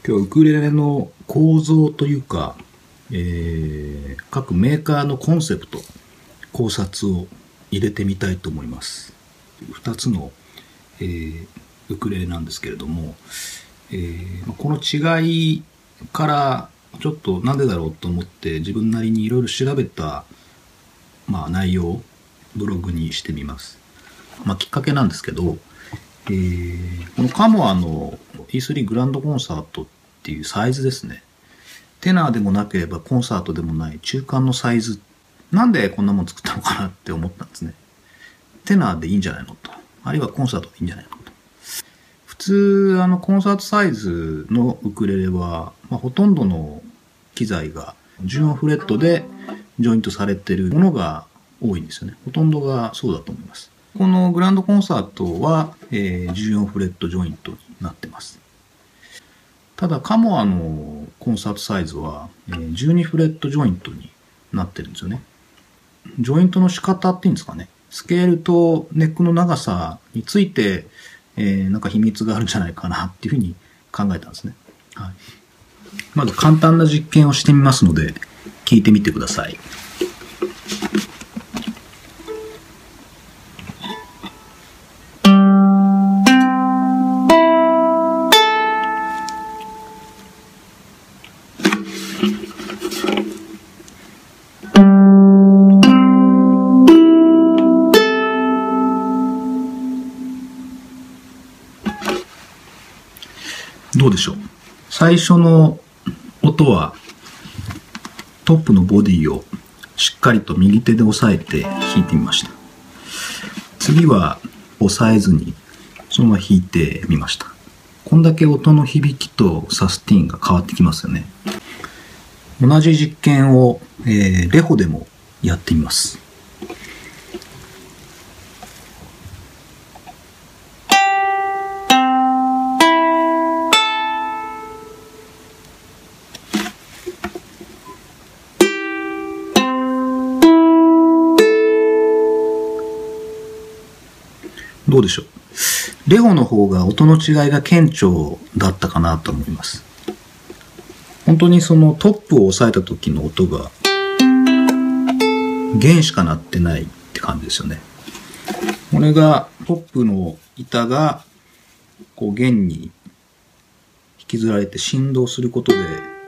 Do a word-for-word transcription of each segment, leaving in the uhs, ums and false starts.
今日ウクレレの構造というか、えー、各メーカーのコンセプト、考察を入れてみたいと思います。ふたつの、えー、ウクレレなんですけれども、えー、この違いからちょっとなんでだろうと思って自分なりにいろいろ調べた、まあ、内容をブログにしてみます。まあ、きっかけなんですけど、えー、このカモアの イースリー グランドコンサートっていうサイズですね。テナーでもなければコンサートでもない中間のサイズ。なんでこんなもの作ったのかなって思ったんですね。テナーでいいんじゃないのと。あるいはコンサートでいいんじゃないのと。普通、あの、コンサートサイズのウクレレは、まあ、ほとんどの機材がじゅうよんフレットでジョイントされているものが多いんですよね。ほとんどがそうだと思います。このグランドコンサートは、えー、じゅうよんフレットジョイントになってます。ただ、カモアのコンサートサイズは、えー、じゅうにフレットジョイントになってるんですよね。ジョイントの仕方っていうんですかね。スケールとネックの長さについて、えー、なんか秘密があるんじゃないかなっていうふうに考えたんですね。はい。まず簡単な実験をしてみますので、聞いてみてください。どうでしょう。最初の音はトップのボディをしっかりと右手で押さえて弾いてみました。次は押さえずにそのまま弾いてみました。こんだけ音の響きとサスティーンが変わってきますよね。同じ実験を、えー、レホでもやってみます。どうでしょう。レホの方が音の違いが顕著だったかなと思います。本当にそのトップを押さえた時の音が弦しか鳴ってないって感じですよね。これがトップの板がこう弦に引きずられて振動することで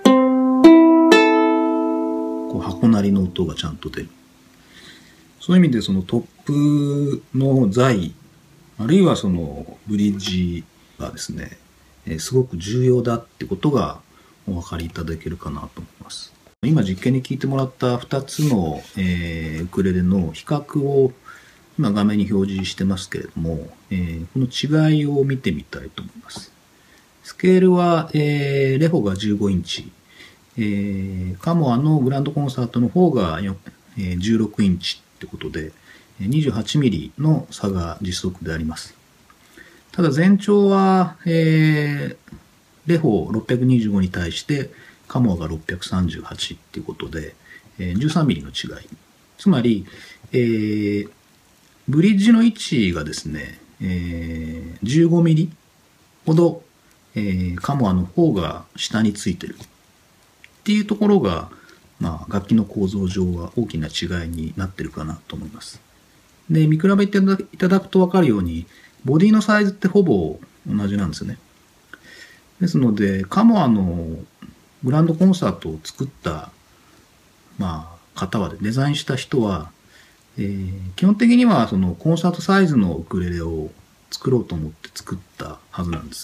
こう箱鳴りの音がちゃんと出る。そういう意味でそのトップの材あるいはそのブリッジがですね、えー、すごく重要だってことがお分かりいただけるかなと思います。今実験に聞いてもらったふたつの、えー、ウクレレの比較を今画面に表示してますけれども、えー、この違いを見てみたいと思います。スケールは、えー、レホがじゅうごインチ、えー、カモアのグランドコンサートの方が、えー、じゅうろくインチってことで、にじゅうはちミリの差が実測であります。ただ全長は、えー、レホろっぴゃくにじゅうごに対してカモアがろっぴゃくさんじゅうはちっていうことで、えー、じゅうさんミリの違い。つまり、えー、ブリッジの位置がですね、えー、じゅうごミリほど、えー、カモアの方が下についてるっていうところが、まあ、楽器の構造上は大きな違いになってるかなと思います。で、見比べていただくと分かるように、ボディのサイズってほぼ同じなんですよね。ですので、カモアのグランドコンサートを作った、まあ、方は、デザインした人は、えー、基本的にはそのコンサートサイズのウクレレを作ろうと思って作ったはずなんです。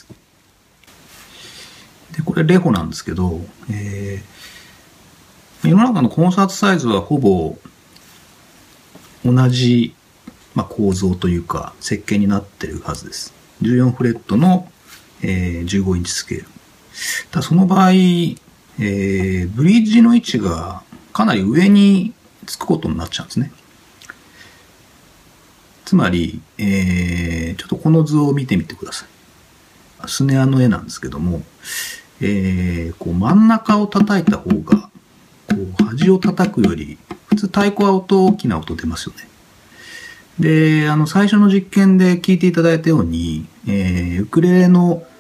で、これレホなんですけど、えー、世の中のコンサートサイズはほぼ同じまあ、構造というか設計になっているはずです。じゅうよんフレットの、えー、じゅうごインチスケール。ただその場合、えー、ブリッジの位置がかなり上につくことになっちゃうんですね。つまり、えー、ちょっとこの図を見てみてください。スネアの絵なんですけども、えー、こう真ん中を叩いた方がこう端を叩くより普通太鼓は音大きな音出ますよね。で、あの、最初の実験で聞いていただいたように、えー、ウクレレの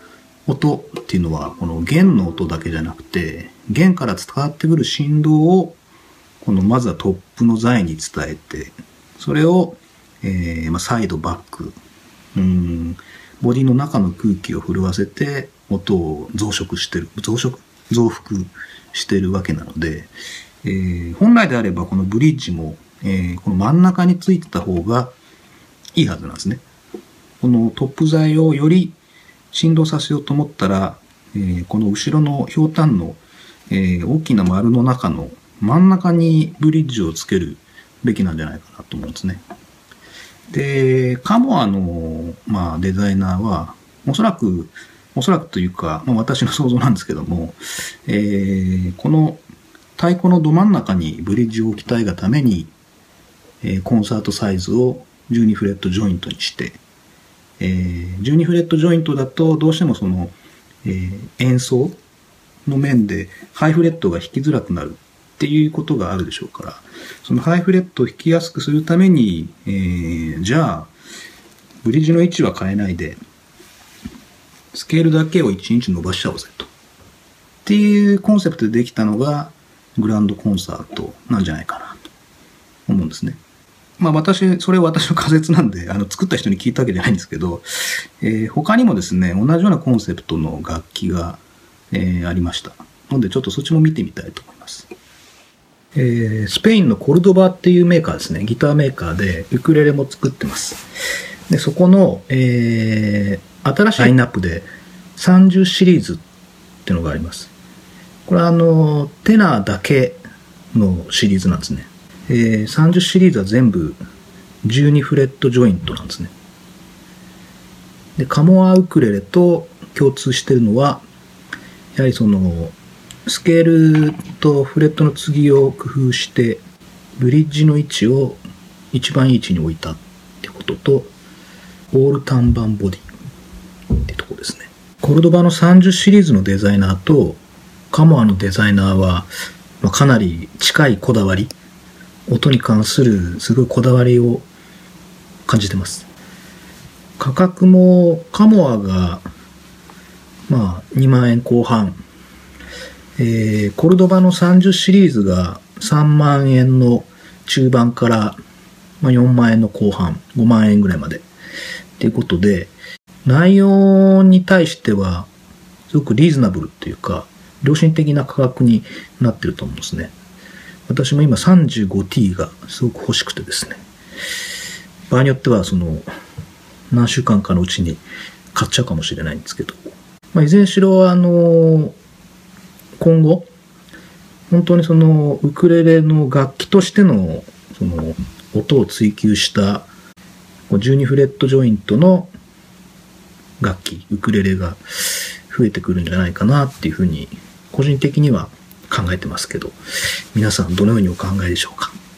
音っていうのはこの弦の音だけじゃなくて、弦から伝わってくる振動をこのまずはトップの材に伝えて、それを、えーまあ、サイドバック、うーんボディの中の空気を震わせて音を増殖してる増殖増幅してるわけなので、えー、本来であればこのブリッジも、えー、この真ん中についてた方がいいはずなんですね。このトップ材をより振動させようと思ったら、えー、この後ろのひょうたんの、えー、大きな丸の中の真ん中にブリッジをつけるべきなんじゃないかなと思うんですね。で、カモアの、まあ、デザイナーは、おそらく、おそらくというか、まあ、私の想像なんですけども、えー、この太鼓のど真ん中にブリッジを置きたいがために、えー、コンサートサイズをじゅうにフレットジョイントにして、えー、じゅうにフレットジョイントだとどうしてもその、えー、演奏の面でハイフレットが弾きづらくなるっていうことがあるでしょうから、そのハイフレットを弾きやすくするために、えー、じゃあブリッジの位置は変えないでスケールだけをいちインチ伸ばしちゃおうぜとっていうコンセプトでできたのがグランドコンサートなんじゃないかなと思うんですね。まあ私、それは私の仮説なんで、あの作った人に聞いたわけじゃないんですけど、えー、他にもですね、同じようなコンセプトの楽器が、えー、ありました。のでちょっとそっちも見てみたいと思います。えー、スペインのコルドバっていうメーカーですね、ギターメーカーでウクレレも作ってます。で、そこの、えー、新しいラインナップでさんじゅうシリーズっていうのがあります。これはあの、テナーだけのシリーズなんですね。えー、さんじゅうシリーズは全部じゅうにフレットジョイントなんですね。で、カモアウクレレと共通してるのは、やはりその、スケールとフレットの継ぎを工夫して、ブリッジの位置を一番いい位置に置いたってことと、オール単板ボディってとこですね。コルドバのさんじゅうシリーズのデザイナーと、カモアのデザイナーは、まあ、かなり近いこだわり、音に関するすごいこだわりを感じてます。価格もカモアがまあにまんえんこう半、えー、コルドバのさんじゅうシリーズがさんまんえんの中盤から、まあ、よんまんえんの後半、ごまんえんぐらいまでということで、内容に対してはすごくリーズナブルっていうか良心的な価格になってると思うんですね。私も今 さんじゅうごティー がすごく欲しくてですね、場合によってはその何週間かのうちに買っちゃうかもしれないんですけど、まあ、いずれにしろあの今後本当にそのウクレレの楽器としてのその音を追求したじゅうにフレットジョイントの楽器ウクレレが増えてくるんじゃないかなっていうふうに個人的には考えてますけど、皆さんどのようにお考えでしょうか。